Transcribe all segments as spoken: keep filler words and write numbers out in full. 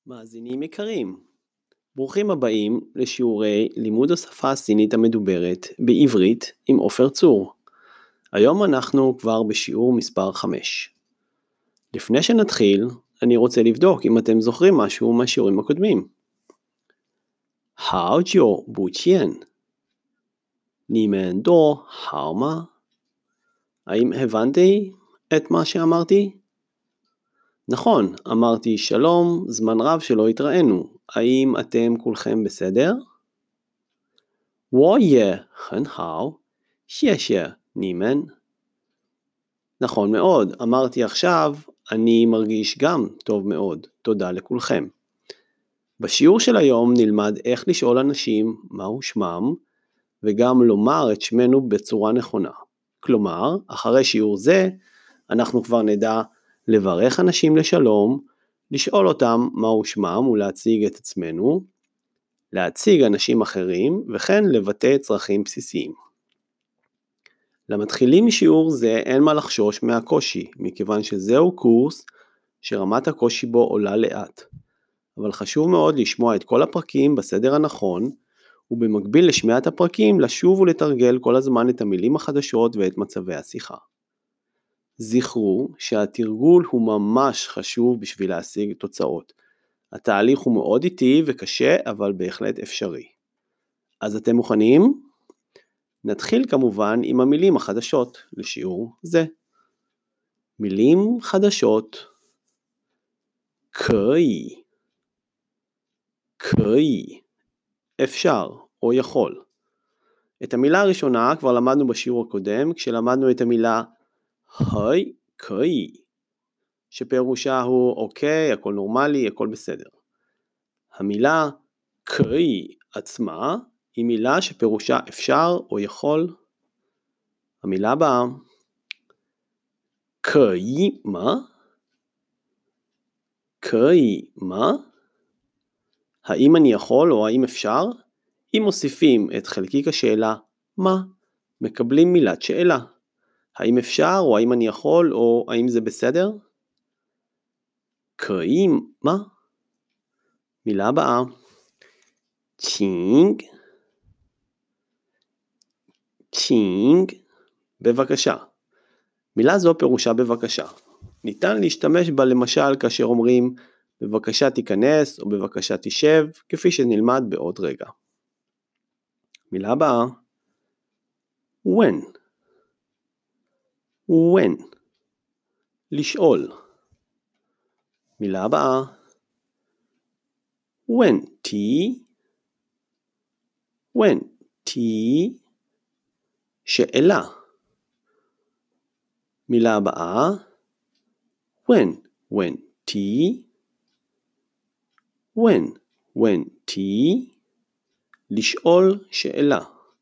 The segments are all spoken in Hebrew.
מאזינים יקרים, ברוכים הבאים לשיעורי לימוד השפה הסינית המדוברת בעברית עם עופר צור. היום אנחנו כבר בשיעור מספר חמש. לפני שנתחיל, אני רוצה לבדוק אם אתם זוכרים משהו מהשיעורים הקודמים. 好久不见. 你们都好吗? האם הבנתי את מה שאמרתי? נכון, אמרתי שלום, זמן רב שלא התראינו. האם אתם כולכם בסדר? 我也很好，谢谢你们. נכון מאוד, אמרתי עכשיו, אני מרגיש גם טוב מאוד. תודה לכולכם. בשיעור של היום נלמד איך לשאול אנשים מהו שמם, וגם לומר את שמנו בצורה נכונה. כלומר, אחרי שיעור זה, אנחנו כבר נדע לברך אנשים לשלום, לשאול אותם מהו שמם ולהציג את עצמנו, להציג אנשים אחרים וכן לבטא צרכים בסיסיים. למתחילים משיעור זה אין מה לחשוש מהקושי, מכיוון שזהו קורס שרמת הקושי בו עולה לאט. אבל חשוב מאוד לשמוע את כל הפרקים בסדר הנכון, ובמקביל לשמיעת הפרקים לשוב ולתרגל כל הזמן את המילים החדשות ואת מצבי השיחה. זכרו שהתרגול הוא ממש חשוב בשביל להשיג תוצאות. התהליך הוא מאוד איטי וקשה, אבל בהחלט אפשרי. אז אתם מוכנים? נתחיל כמובן עם המילים החדשות לשיעור זה. מילים חדשות. 可以 可以 אפשר או יכול. את המילה הראשונה כבר למדנו בשיעור הקודם, כשלמדנו את המילה はい可以 שפירושה הוא אוקיי, הכל נורמלי, הכל בסדר. המילה 可以 עצמה היא מילה שפירושה אפשר או יכול. המילה הבאה 可以吗? 可以吗? האם אני יכול או האם אפשר? אם מוסיפים את חלקיק השאלה מה, מקבלים מילת שאלה. האם אפשר או האם אני יכול או האם זה בסדר? 可以吗? מילה הבאה 请请 בבקשה. מילה זו פירושה בבקשה. ניתן להשתמש בה למשל כאשר אומרים בבקשה תיכנס או בבקשה תשב, כפי שנלמד בעוד רגע. מילה הבאה when when לשאול. מילה הבאה when t when t שאלה. מילה הבאה when when t when when t לשאול שאלה.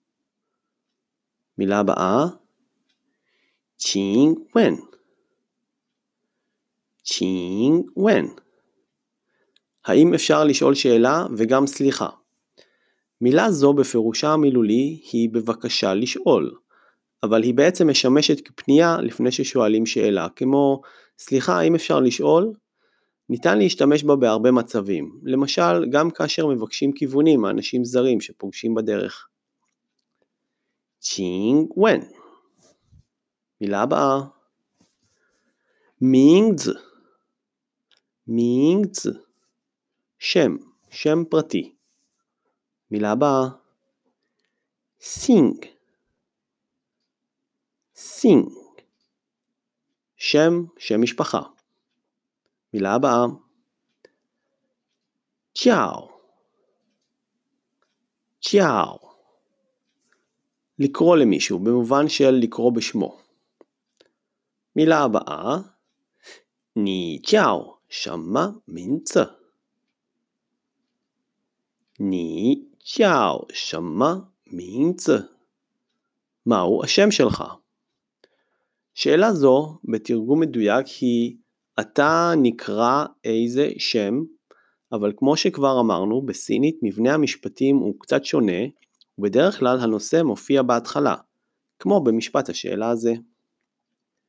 מילה הבאה 请问请问 האם אפשר לשאול שאלה וגם סליחה? מילה זו בפירושה המילולי היא בבקשה לשאול, אבל היא בעצם משמשת כפנייה לפני ששואלים שאלה, כמו סליחה האם אפשר לשאול? ניתן להשתמש בה בהרבה מצבים, למשל גם כאשר מבקשים כיוונים מאנשים זרים שפוגשים בדרך. 请问 מילה הבאה 名字 名字 שם, שם פרטי. מילה הבאה 姓 姓 שם, שם משפחה. מילה הבאה 叫 叫 לקרוא למישהו במובן של לקרוא בשמו. מילה הבאה 你叫什么名字? 你叫什么名字? מהו השם שלך? שאלה זו בתרגום מדויק היא אתה נקרא איזה שם, אבל כמו שכבר אמרנו בסינית מבנה המשפטים הוא קצת שונה, ובדרך כלל הנושא מופיע בהתחלה, כמו במשפט השאלה הזה.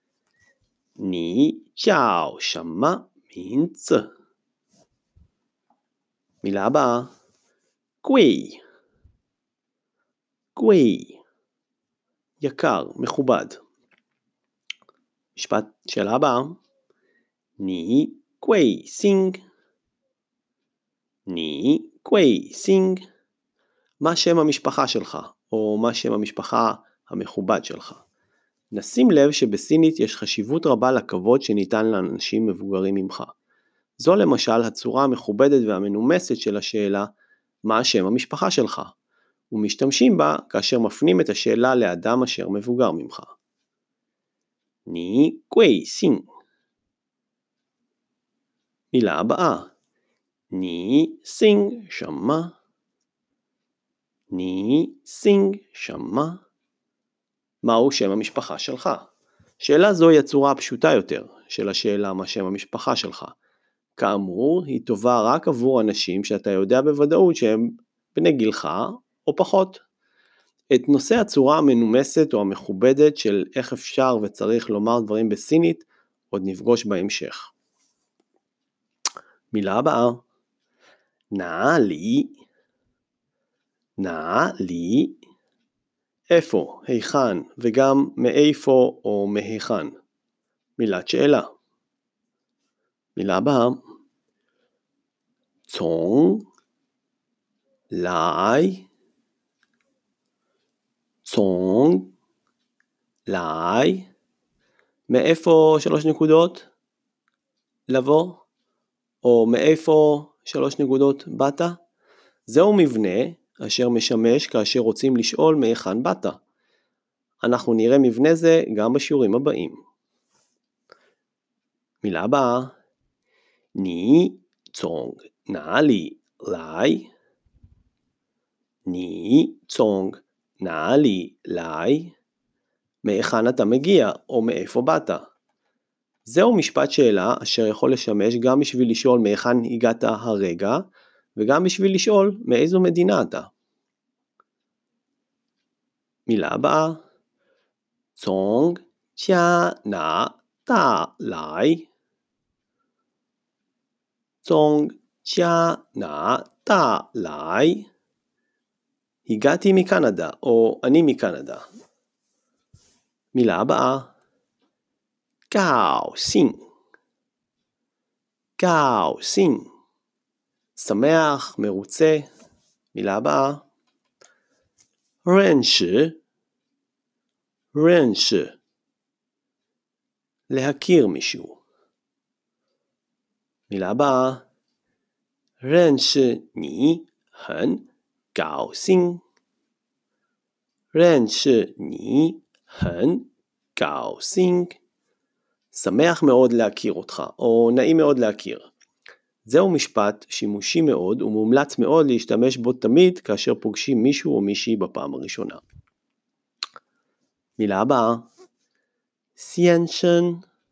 你叫什么名字? מילה הבאה, קווי. קווי. יקר, מכובד. משפט שאלה הבאה, ני קווי סינג. ני קווי סינג. מה שם המשפחה שלך, או מה שם המשפחה המכובד שלך. נשים לב שבסינית יש חשיבות רבה לכבוד שניתן לאנשים מבוגרים ממך. זו למשל הצורה המכובדת והמנומסת של השאלה, מה השם המשפחה שלך? ומשתמשים בה כאשר מפנים את השאלה לאדם אשר מבוגר ממך. ני קווי סינג. מילה הבאה, ני סינג שמה. ני סינג שמה. מהו שם המשפחה שלך? שאלה זו היא הצורה הפשוטה יותר של השאלה מה שם המשפחה שלך. כאמור, היא טובה רק עבור אנשים שאתה יודע בוודאות שהם בני גילך או פחות. את נושא הצורה המנומסת או המכובדת של איך אפשר וצריך לומר דברים בסינית עוד נפגוש בהמשך. מילה הבאה, נא לי. נא לי. איפה, היכן וגם מאיפה או מהיכן. מילת שאלה. מילה הבאה, צונג, לאי. צונג, לאי. מאיפה שלוש נקודות? לבוא. או מאיפה שלוש נקודות? באת. זהו מבנה אשר משמש כאשר רוצים לשאול מהיכן באת. אנחנו נראה מבנה זה גם בשיעורים הבאים. מילה הבאה, ני צונג נא לי לי. ני צונג נא לי לי. מהיכן אתה מגיע או מאיפה באת. זהו משפט שאלה אשר יכול לשמש גם בשביל לשאול מהיכן הגעת הרגע, וגם בשביל לשאול מאיזו מדינה אתה. מילה הבאה, צונג צ'ה נא טה לי. צונג צ'ה נא טה לי. הגעתי מקנדה או אני מקנדה. מילה הבאה, גאו סינג. גאו סינג. שמח, מרוצה. מילה הבאה, רנשי. רנשי. להכיר מישהו. מילה הבאה, רנשי ני הן גאו סינג. רנשי ני הן גאו סינג. שמח מאוד להכיר אותך, או נעים מאוד להכיר. זהו משפט שימושי מאוד ומומלץ מאוד להשתמש בו תמיד כאשר פוגשים מישהו או מישהי בפעם הראשונה. מילה הבאה, סיינשן.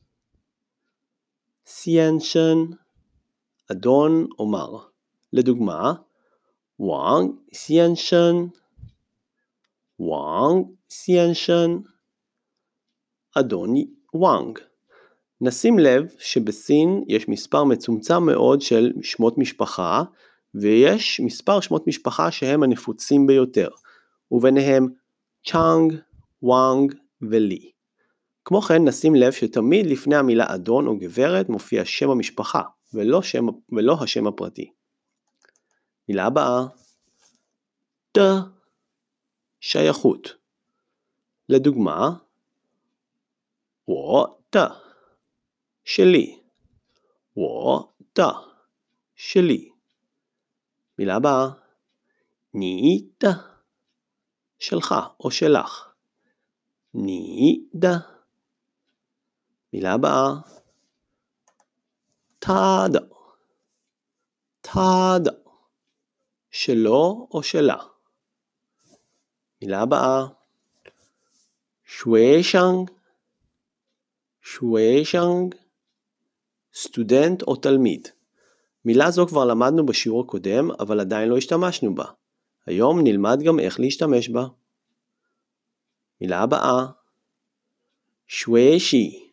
סיינשן. אדון או מר. לדוגמה, וואנג סיינשן. וואנג סיינשן. אדון וואנג. נשים לב שבסין יש מספר מצומצם מאוד של שמות משפחה, ויש מספר שמות משפחה שהם הנפוצים ביותר, וביניהם צ'אנג, וואנג ולי. כמו כן נשים לב שתמיד לפני המילה אדון או גברת מופיע שם המשפחה, ולא, שם, ולא השם הפרטי. מילה הבאה, ד, שייכות. לדוגמה, וו ד, שלי. וו ד, שלי. מילה הבאה, ני ד, שלך או שלך. ני ד. מילה הבאה, תד. תד, שלו או שלה. מילה הבאה, שוושנג. שוושנג, סטודנט או תלמיד. מילה זו כבר למדנו בשיעור הקודם, אבל עדיין לא השתמשנו בה. היום נלמד גם איך להשתמש בה. מילה הבאה, שוושי.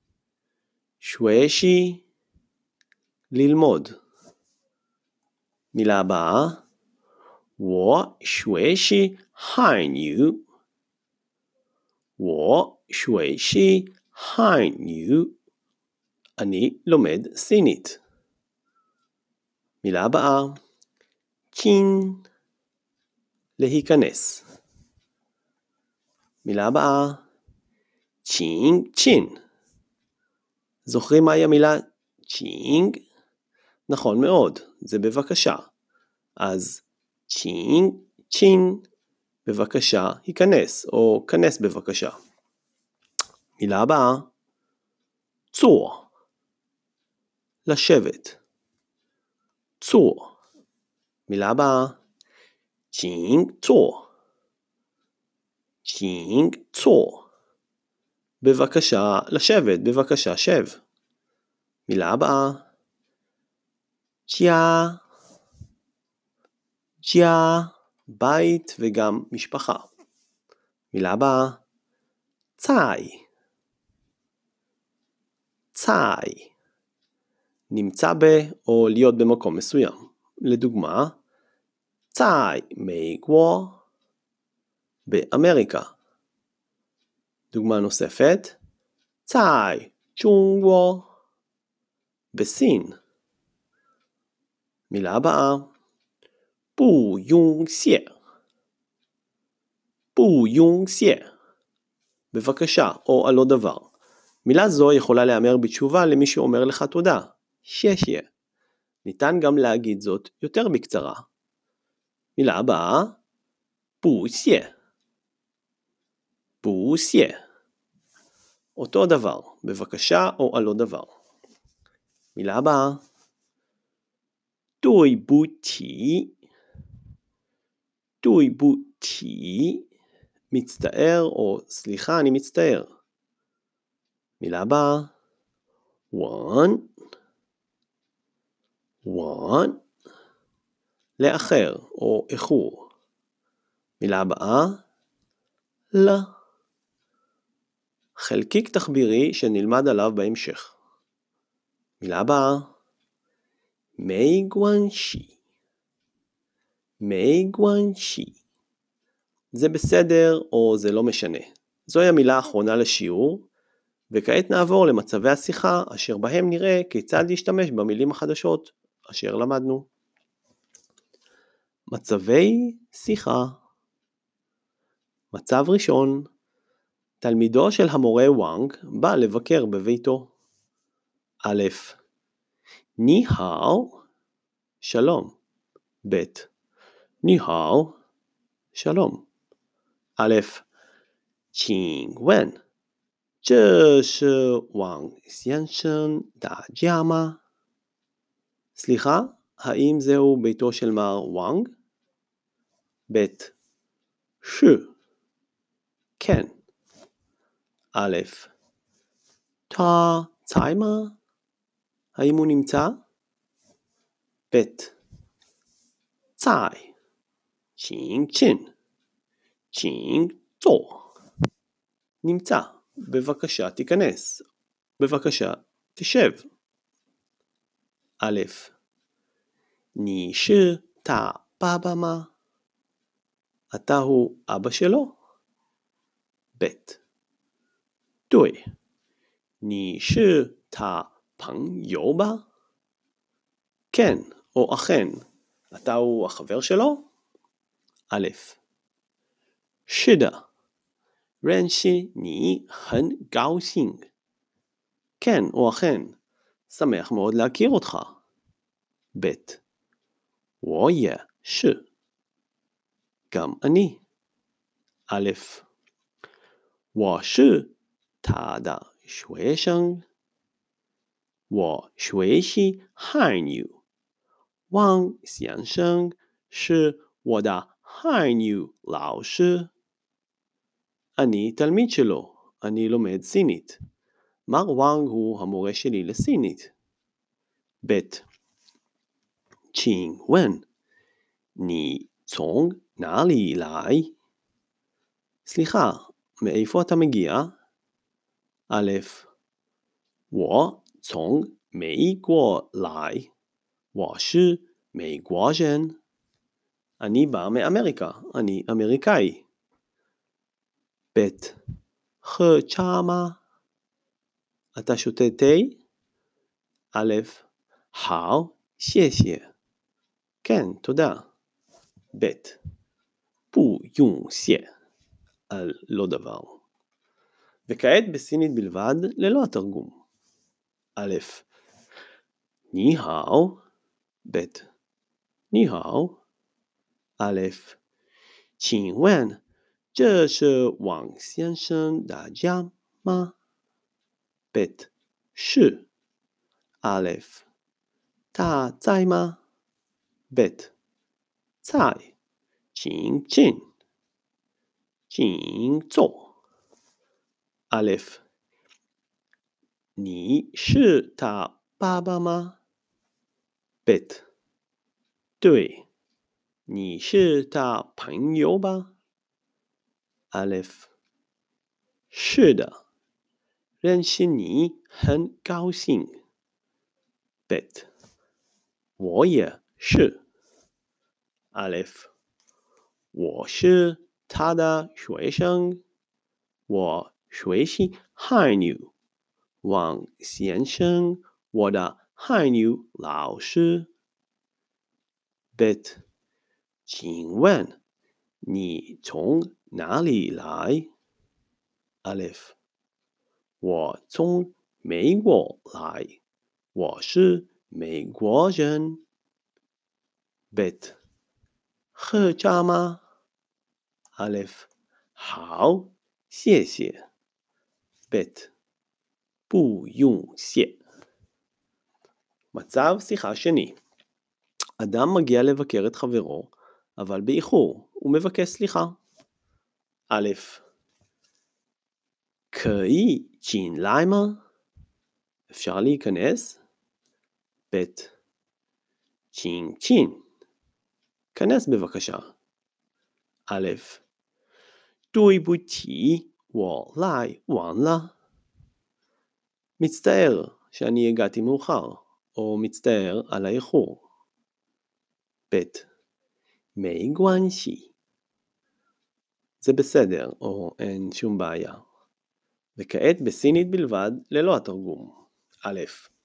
שוושי, ללמוד. מילה הבאה, 我学习汉语我学习汉语אני לומד סינית. מילה הבאה, צ'ין, להיכנס. מילה הבאה, צ'ינג צ'ין. זוכרים מהי המילה צ'ינג? נכון מאוד, זה בבקשה. אז צ'ינג צ'ין, בבקשה, היכנס, או כנס בבקשה. מילה הבאה, צור, לשבת. צור. מילה הבאה, צ'ינג צור. צ'ינג צור. בבקשה לשבת, בבקשה שב. מילה הבאה, ג'יה. ג'יה, בית וגם משפחה. מילה הבאה, צאי. צאי. נמצא ב או להיות במקום מסוים. לדוגמה, צאי מייגוו, באמריקה. דוגמה נוספת, צאי צ'ונגוו, בסין. מילה הבאה, בו יונג סיה. בו יונג סיה. בבקשה או על לא דבר. מילה זו יכולה לאמר בתשובה למי שאומר לך תודה. ששיה. ניתן גם להגיד זאת יותר בקצרה. מילה הבאה, בו סיה. בו סיה. אותו דבר, בבקשה או על לא דבר. מילה הבאה, דוי בו טי. דוי בו טי. מצטער או סליחה אני מצטער. מילה הבאה, וואן. וואן. לאחר או איחור. מילה הבאה, לא. חלקיק תחבירי שנלמד עליו בהמשך. מילה הבאה, מי גואנשי. מי גואנשי. זה בסדר או זה לא משנה. זוהי המילה האחרונה לשיעור, וכעת נעבור למצבי השיחה אשר בהם נראה כיצד להשתמש במילים החדשות אשר למדנו. מצבי שיחה. מצב ראשון, תלמידו של המורה וואנג בא לבקר בביתו. א', ני האו, שלום. ב', ני האו, שלום. א', צ'ינג ון, 这是王先生的家吗? סליחה, האם זהו ביתו של מר וואנג? ב', ש, כן. א', תה ציימה, האם הוא נמצא? ב', צאי, צ'ינג צ'ין, צ'ינג צור. נמצא, בבקשה תיכנס, בבקשה תשב. א', ני שי תה בבא מה? אתה הוא אבא שלו? ב', דוי, ני שי תה פנג יו בה? כן או אכן, אתה הוא החבר שלו? א', שידה, 认识你很高兴. כן או אכן, שמח מאוד להכיר אותך. ב', 我也是. גם אני. א', 我是他的学生。我学习汉语。汪先生是我的汉语老师. אני תלמיד שלו, אני לומד סינית. מר וואנג הוא המורה שלי לסינית. ב', צ'ינג ון, ני צונג נעלי לי? סליחה, מאיפה אתה מגיע? א', 我从美国来，我是美国人. אני בא מאמריקה, אני אמריקאי. ב'喝茶吗? אתה שותה תה? א', 好, 谢谢. כן, תודה. ב', 不用谢, על לא דבר. וכעת בסינית בלבד, ללא התרגום. א', 你好, ב', 你好. א', 请问这是王先生的家吗? ב', 是. א', 他在吗? ב', 在. 请进. 请坐. א', 你是他爸爸吗? ב', 对. 你是他朋友吧? א', 是的。认识你很高兴。bit 我也是。Aleph 我是他的学生。我学习汉语。王先生，我的汉语老师。bit 请问你从哪里来？ Aleph 我从美国来。我是美国人。bit 喝茶吗？ Aleph 好，谢谢。bit 不用谢. מצב שיחה שני. אדם מגיע לבקר את חברו, אבל באיחור, הוא מבקש סליחה. א' 可以进来吗? אפשר להיכנס? ב' 请进. כנס בבקשה. א' 对不起，我来晚了. מצטער שאני הגעתי מאוחר, או מצטער על האיחור. ב' 没关系. זה בסדר, או אין שום בעיה. וכעת בסינית בלבד, ללא התרגום. א'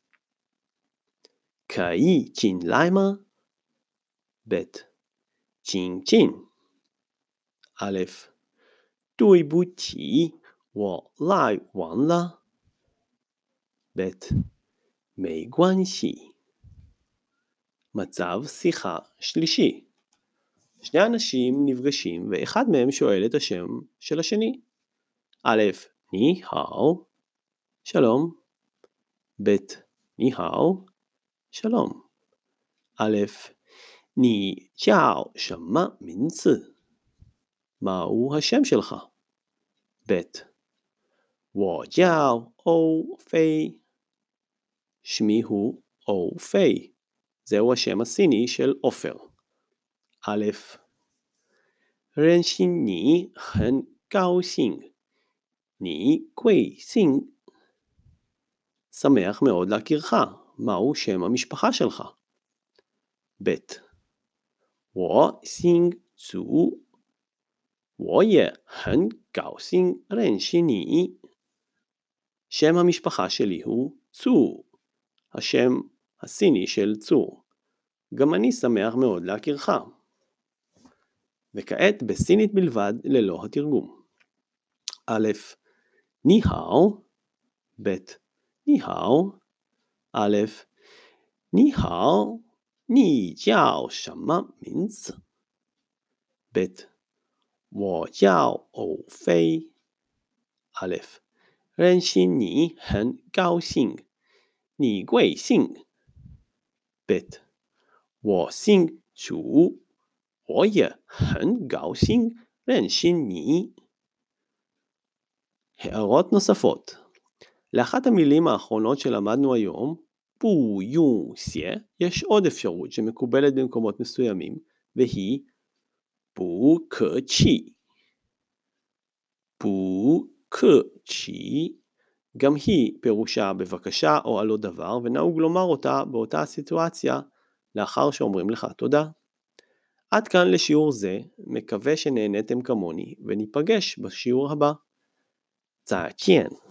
可以进来吗? ב' 请进. א' 对不起，我来晚了。ב' 没关系. מצב שיחה שלישי. שני אנשים נפגשים ואחד מהם שואל את השם של השני. א' 你好, שלום. ב' 你好, שלום. א' 你叫什么名字? מהו השם שלך? ב' 我叫欧飞. שמי הוא או פי. זהו השם הסיני של עופר. א' 认识你很高兴. 你贵姓? שמח מאוד להכירך. מהו שם המשפחה שלך? ב' 我姓祖. 我也很高兴认识你. שם המשפחה שלי הוא צור. השם הסיני של צור. גם אני שמח מאוד להכירך. וכעת בסינית בלבד ללא התרגום. א' 你好. ב' 你好. א' 你好，你叫什么名字？ bit 我叫欧飞。アレフ认识你很高兴。你贵姓？ bit 我姓楚。我也很高兴认识你. הערות נוספות. לאחת המילים האחרונות שלמדנו היום, פו יו סיה, יש עוד אפשרות שמקובלת במקומות מסוימים, והיא פו קצ'י. פו קצ'י, גם היא פירושה בבקשה או על עוד דבר, ונהוג לומר אותה באותה הסיטואציה לאחר שאומרים לך תודה. עד כאן לשיעור זה, מקווה שנהנתם כמוני, וניפגש בשיעור הבא. 再见